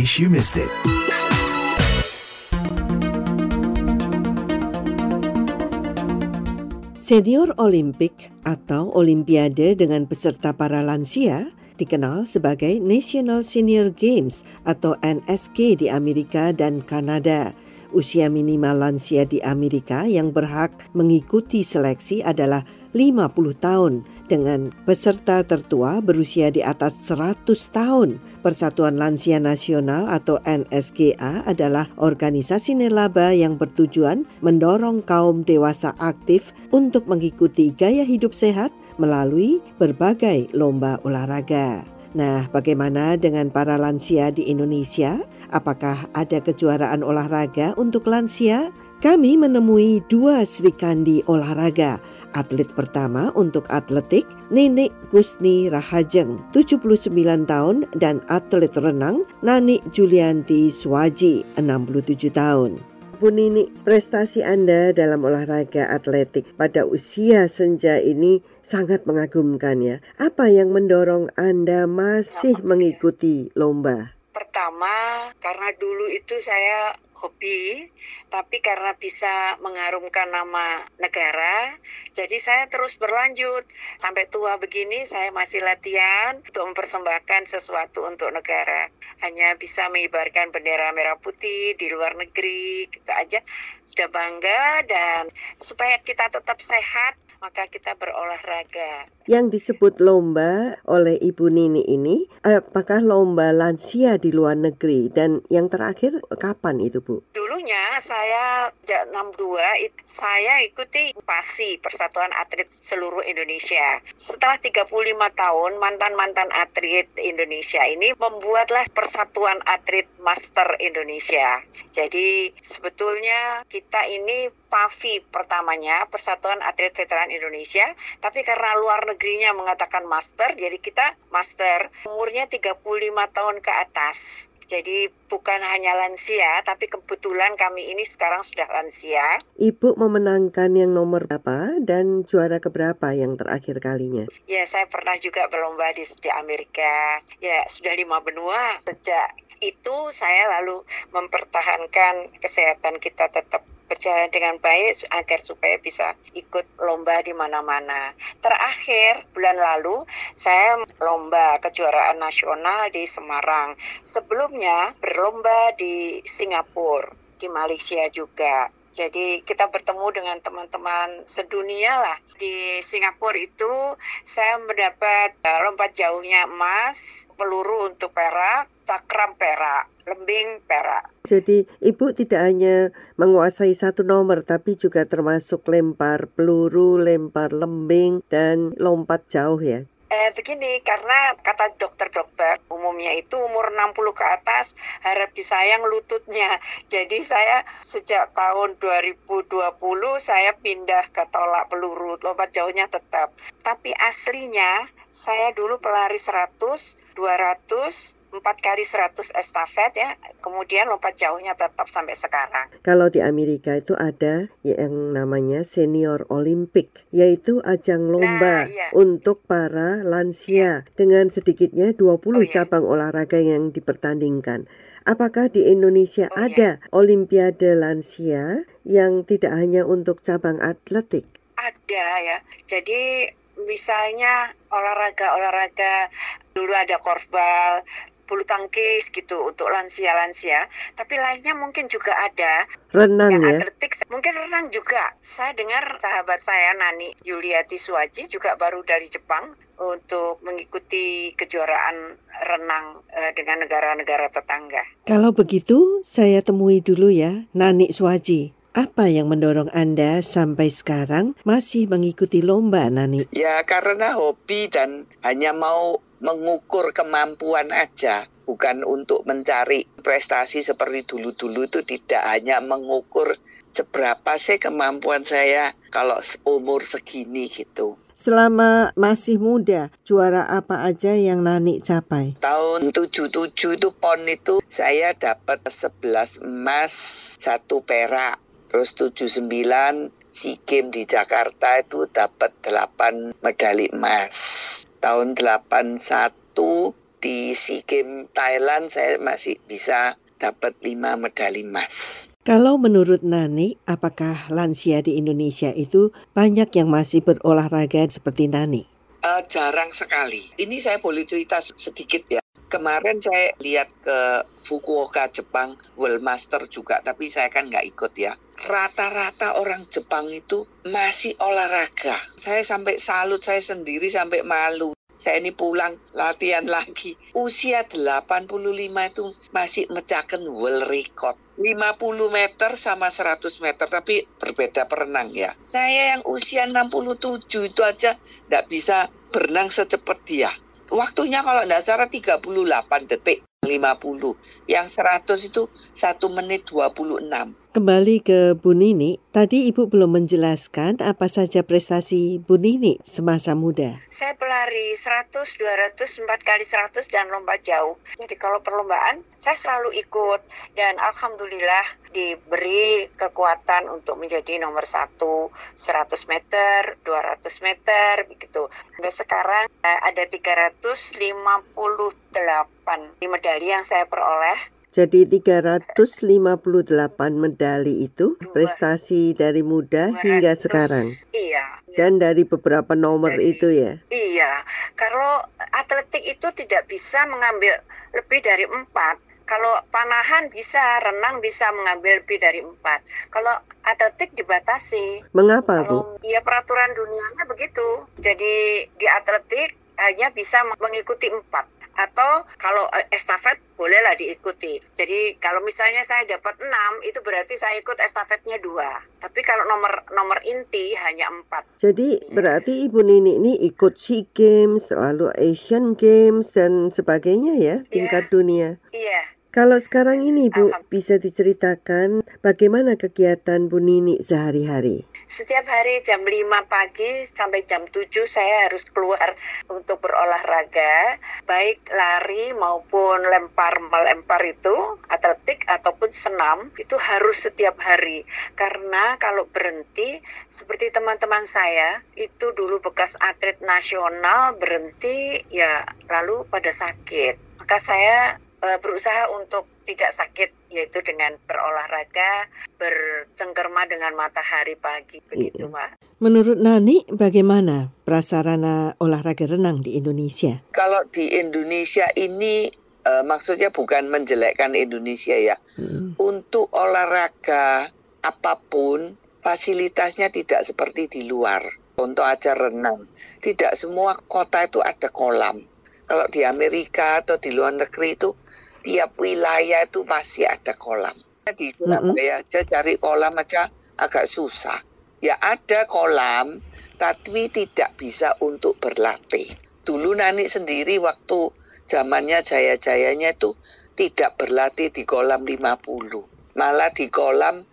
case you missed it. Senior Olympic atau Olimpiade dengan peserta para lansia dikenal sebagai National Senior Games atau NSG di Amerika dan Kanada. Usia minimal lansia di Amerika yang berhak mengikuti seleksi adalah 50 tahun dengan peserta tertua berusia di atas 100 tahun. Persatuan Lansia Nasional atau NSGA adalah organisasi nirlaba yang bertujuan mendorong kaum dewasa aktif untuk mengikuti gaya hidup sehat melalui berbagai lomba olahraga. Nah, bagaimana dengan para lansia di Indonesia? Apakah ada kejuaraan olahraga untuk lansia? Kami menemui 2 Sri Kandi olahraga. Atlet pertama untuk atletik, Nenek Gusni Rahajeng, 79 tahun, dan atlet renang, Nani Julianti Swaji, 67 tahun. Bu Nini, prestasi Anda dalam olahraga atletik pada usia senja ini sangat mengagumkan ya. Apa yang mendorong Anda masih mengikuti lomba? Pertama, karena dulu itu saya hobi, tapi karena bisa mengharumkan nama negara, jadi saya terus berlanjut. Sampai tua begini saya masih latihan untuk mempersembahkan sesuatu untuk negara. Hanya bisa mengibarkan bendera merah putih di luar negeri, gitu aja. Sudah bangga, dan supaya kita tetap sehat, maka kita berolahraga. Yang disebut lomba oleh Ibu Nini ini, apakah lomba lansia di luar negeri? Dan yang terakhir, kapan itu, Bu? Dulunya saya 62, saya ikuti PASI, Persatuan Atlet Seluruh Indonesia. Setelah 35 tahun, mantan-mantan atlet Indonesia ini membuatlah Persatuan Atlet Master Indonesia. Jadi sebetulnya kita ini PAVI pertamanya, Persatuan Atlet Veteran Indonesia, tapi karena luar negerinya mengatakan master, jadi kita master. Umurnya 35 tahun ke atas. Jadi bukan hanya lansia, tapi kebetulan kami ini sekarang sudah lansia. Ibu memenangkan yang nomor berapa dan juara keberapa yang terakhir kalinya? Ya, saya pernah juga berlomba di Amerika. Ya, sudah 5 benua. Sejak itu saya lalu mempertahankan kesehatan kita tetap berjalan dengan baik agar supaya bisa ikut lomba di mana-mana. Terakhir, bulan lalu, saya lomba kejuaraan nasional di Semarang. Sebelumnya berlomba di Singapura, di Malaysia juga. Jadi kita bertemu dengan teman-teman sedunia lah. Di Singapura itu saya mendapat lompat jauhnya emas, peluru untuk perak, cakram perak, lembing perak. Jadi Ibu tidak hanya menguasai satu nomor, tapi juga termasuk lempar peluru, lempar lembing, dan lompat jauh ya? Begini, karena kata dokter-dokter umumnya itu umur 60 ke atas harap disayang lututnya. Jadi saya sejak tahun 2020 saya pindah ke tolak peluru, lompat jauhnya tetap. Tapi aslinya saya dulu pelari 100, 200, 4 kali 100 estafet ya, kemudian lompat jauhnya tetap sampai sekarang. Kalau di Amerika itu ada yang namanya Senior Olympic, yaitu ajang lomba untuk para lansia dengan sedikitnya 20 cabang olahraga yang dipertandingkan. Apakah di Indonesia ada Olimpiade lansia yang tidak hanya untuk cabang atletik? Ada ya, jadi misalnya olahraga dulu ada korfbal, bulu tangkis gitu untuk lansia-lansia, tapi lainnya mungkin juga ada. Renang ya? Atletik, mungkin renang juga. Saya dengar sahabat saya Nani Julianti Swaji juga baru dari Jepang untuk mengikuti kejuaraan renang dengan negara-negara tetangga. Kalau begitu, saya temui dulu ya Nani Swaji. Apa yang mendorong Anda sampai sekarang masih mengikuti lomba, Nani? Ya, karena hobi dan hanya mau mengukur kemampuan aja. Bukan untuk mencari prestasi seperti dulu-dulu, itu tidak hanya mengukur seberapa sih kemampuan saya kalau umur segini gitu. Selama masih muda, juara apa aja yang Nani capai? Tahun 77 itu PON itu saya dapat 11 emas, 1 perak. Terus 79 SEA Games di Jakarta itu dapat 8 medali emas. Tahun 81 Di SEA Games Thailand saya masih bisa dapat 5 medali emas. Kalau menurut Nani, apakah lansia di Indonesia itu banyak yang masih berolahraga seperti Nani? Jarang sekali. Ini saya boleh cerita sedikit ya. Kemarin saya lihat ke Fukuoka, Jepang, World Master juga, tapi saya kan nggak ikut ya. Rata-rata orang Jepang itu masih olahraga. Saya sampai salut, saya sendiri sampai malu. Saya ini pulang latihan lagi. Usia 85 itu masih mecahkan world record. 50 meter sama 100 meter, tapi berbeda perenang ya. Saya yang usia 67 itu aja nggak bisa berenang secepat dia. Waktunya kalau nggak salah 38 detik 50. Yang 100 itu 1 menit 26. Kembali ke Bu Nini, tadi Ibu belum menjelaskan apa saja prestasi Bu Nini semasa muda. Saya pelari 100, 200, 4 kali 100 dan lomba jauh. Jadi kalau perlombaan saya selalu ikut dan alhamdulillah diberi kekuatan untuk menjadi nomor 1 100 meter, 200 meter begitu. Sampai sekarang ada 358 medali yang saya peroleh. Jadi 358 medali itu prestasi dari muda 200, hingga sekarang. Iya. Dan dari beberapa nomor itu ya? Iya. Kalau atletik itu tidak bisa mengambil lebih dari 4. Kalau panahan bisa, renang bisa mengambil lebih dari 4. Kalau atletik dibatasi. Mengapa, Bu? Ya peraturan dunianya begitu. Jadi di atletik hanya bisa mengikuti 4. Atau kalau estafet bolehlah diikuti. Jadi kalau misalnya saya dapat 6, itu berarti saya ikut estafetnya 2. Tapi kalau nomor inti hanya 4. Jadi berarti Ibu Nini ini ikut SEA Games, lalu Asian Games dan sebagainya ya, tingkat dunia. Iya. Kalau sekarang ini Bu, bisa diceritakan bagaimana kegiatan Bu Nini sehari-hari? Setiap hari jam 5 pagi sampai jam 7 saya harus keluar untuk berolahraga, baik lari maupun melempar itu, atletik ataupun senam, itu harus setiap hari. Karena kalau berhenti, seperti teman-teman saya, itu dulu bekas atlet nasional berhenti, ya lalu pada sakit. Maka saya berusaha untuk tidak sakit, yaitu dengan berolahraga, bercengkerama dengan matahari pagi, begitu Mbak. Menurut Nani, bagaimana prasarana olahraga renang di Indonesia? Kalau di Indonesia ini, maksudnya bukan menjelekkan Indonesia ya. Untuk olahraga apapun, fasilitasnya tidak seperti di luar. Untuk ajar renang, tidak semua kota itu ada kolam. Kalau di Amerika atau di luar negeri itu, tiap wilayah itu masih ada kolam. Di Surabaya aja cari kolam aja agak susah. Ya ada kolam, tapi tidak bisa untuk berlatih. Dulu Nani sendiri waktu zamannya jaya-jayanya itu tidak berlatih di kolam 50. Malah di kolam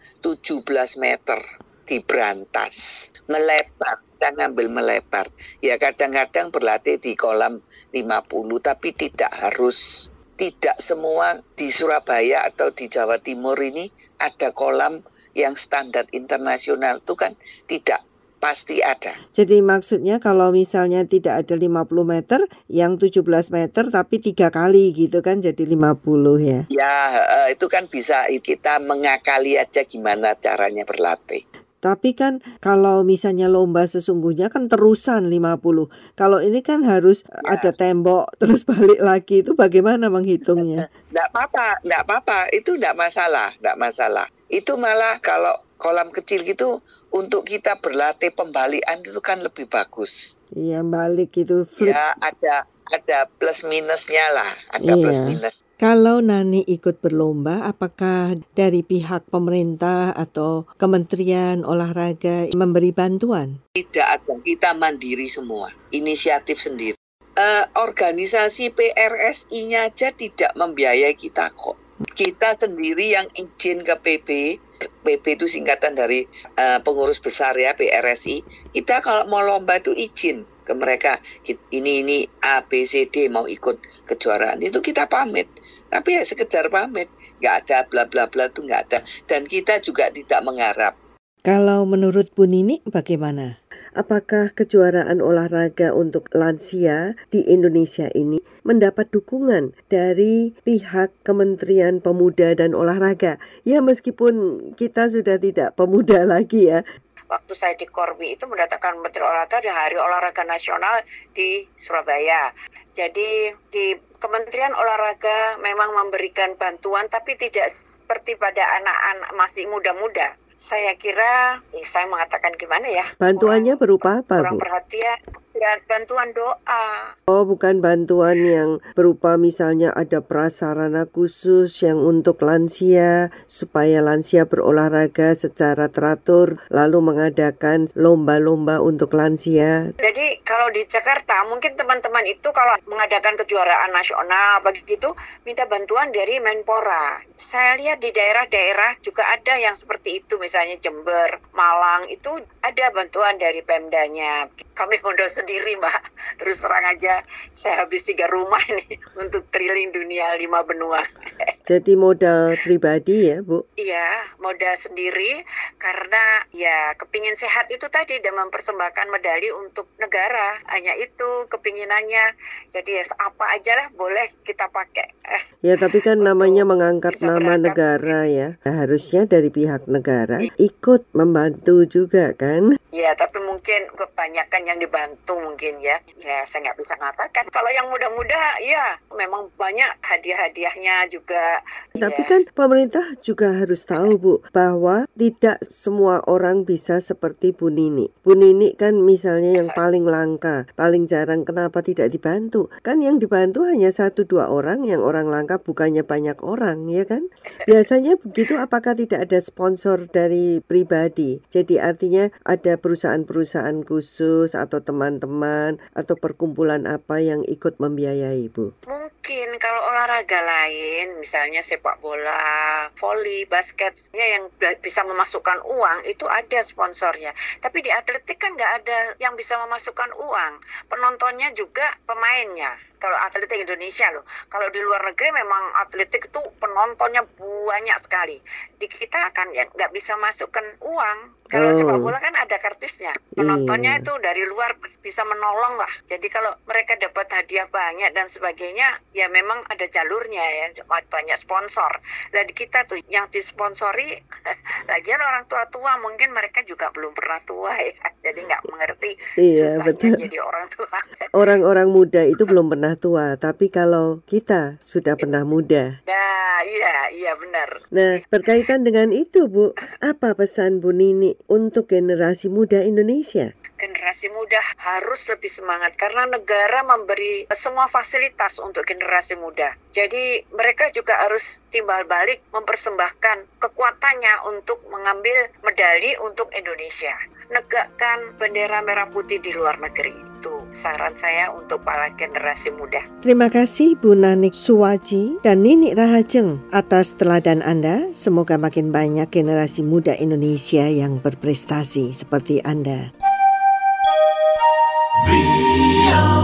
17 meter, di Brantas. Melebar. Kita ngambil melebar. Ya kadang-kadang berlatih di kolam 50, tapi tidak harus. Tidak semua di Surabaya atau di Jawa Timur ini ada kolam yang standar internasional. Itu kan tidak pasti ada. Jadi maksudnya kalau misalnya tidak ada 50 meter, yang 17 meter tapi 3 kali gitu kan jadi 50 ya? Ya itu kan bisa kita mengakali aja gimana caranya berlatih. Tapi kan kalau misalnya lomba sesungguhnya kan terusan 50. Kalau ini kan harus ada tembok terus balik lagi, itu bagaimana menghitungnya? Nggak apa-apa, itu nggak masalah. Itu malah kalau kolam kecil gitu untuk kita berlatih pembalikan itu kan lebih bagus. Iya, balik gitu, flip. Ya ada plus minusnya lah, plus minus. Kalau Nani ikut berlomba, apakah dari pihak pemerintah atau Kementerian Olahraga memberi bantuan? Tidak ada, kita mandiri semua, inisiatif sendiri. Organisasi PRSI-nya aja tidak membiayai kita kok. Kita sendiri yang izin ke PB itu singkatan dari pengurus besar ya, PRSI. Kita kalau mau lomba itu izin ke mereka, ini A, B, C, D mau ikut kejuaraan, itu kita pamit. Tapi ya sekedar pamit, nggak ada bla bla bla itu nggak ada. Dan kita juga tidak mengharap. Kalau menurut Bu Nini bagaimana? apakah kejuaraan olahraga untuk lansia di Indonesia ini mendapat dukungan dari pihak Kementerian Pemuda dan Olahraga? Ya, meskipun kita sudah tidak pemuda lagi ya. Waktu saya di Korbi itu mendatangkan Menteri Olahraga di Hari Olahraga Nasional di Surabaya. Jadi di Kementerian Olahraga memang memberikan bantuan tapi tidak seperti pada anak-anak masih muda-muda. Saya kira, saya mengatakan gimana ya? Bantuannya berupa apa, kurang Bu? perhatian dan bantuan doa. Oh, bukan bantuan yang berupa misalnya ada prasarana khusus yang untuk lansia, supaya lansia berolahraga secara teratur, lalu mengadakan lomba-lomba untuk lansia. Jadi kalau di Jakarta, mungkin teman-teman itu kalau mengadakan kejuaraan nasional, begitu, minta bantuan dari Menpora. Saya lihat di daerah-daerah juga ada yang seperti itu, misalnya Jember, Malang, itu ada bantuan dari Pemdanya. Kami ngundang sendiri, Mbak. Terus terang aja, saya habis 3 rumah nih untuk keliling dunia 5 benua. Jadi modal pribadi ya, Bu? Iya, modal sendiri karena ya kepingin sehat itu tadi dan mempersembahkan medali untuk negara. Hanya itu kepinginannya. Jadi ya apa aja lah boleh kita pakai. Ya, tapi kan namanya mengangkat nama negara ya. Harusnya dari pihak negara ikut membantu juga kan? Ya, tapi mungkin kebanyakan yang dibantu mungkin ya. Ya, saya nggak bisa mengatakan. Kalau yang muda-muda, ya memang banyak hadiah-hadiahnya juga. Tapi ya. kan pemerintah juga harus tahu, Bu, bahwa tidak semua orang bisa seperti Bu Nini. Bu Nini kan misalnya yang paling langka, paling jarang, kenapa tidak dibantu? Kan yang dibantu hanya 1-2 orang, yang orang langka bukannya banyak orang, ya kan? Biasanya begitu, apakah tidak ada sponsor dari pribadi? Jadi artinya ada perusahaan-perusahaan khusus atau teman-teman atau perkumpulan apa yang ikut membiayai, Bu? Mungkin kalau olahraga lain, misalnya sepak bola, voli, basket, ya yang bisa memasukkan uang, itu ada sponsornya. Tapi di atletik kan nggak ada yang bisa memasukkan uang. Penontonnya juga pemainnya. Kalau atletik Indonesia loh, kalau di luar negeri memang atletik itu penontonnya banyak sekali. Di kita kan ya nggak bisa masukkan uang. Kalau sepak bola kan ada kartisnya. Penontonnya itu dari luar bisa menolong lah. Jadi kalau mereka dapat hadiah banyak dan sebagainya, ya memang ada jalurnya ya, banyak sponsor. Dan kita tuh yang disponsori, lagian orang tua-tua mungkin mereka juga belum pernah tua ya. Jadi nggak mengerti susahnya betul. jadi orang tua. Orang-orang muda itu belum pernah tua, tapi kalau kita sudah pernah muda. Nah, iya benar. Nah, berkaitan dengan itu, Bu, apa pesan Bu Nini untuk generasi muda Indonesia? Generasi muda harus lebih semangat karena negara memberi semua fasilitas untuk generasi muda. Jadi mereka juga harus timbal balik mempersembahkan kekuatannya untuk mengambil medali untuk Indonesia. Negakkan bendera merah putih di luar negeri. Itu saran saya untuk para generasi muda. Terima kasih Bu Nanik Suwaji dan Nini Rahajeng atas teladan Anda. Semoga makin banyak generasi muda Indonesia yang berprestasi seperti Anda.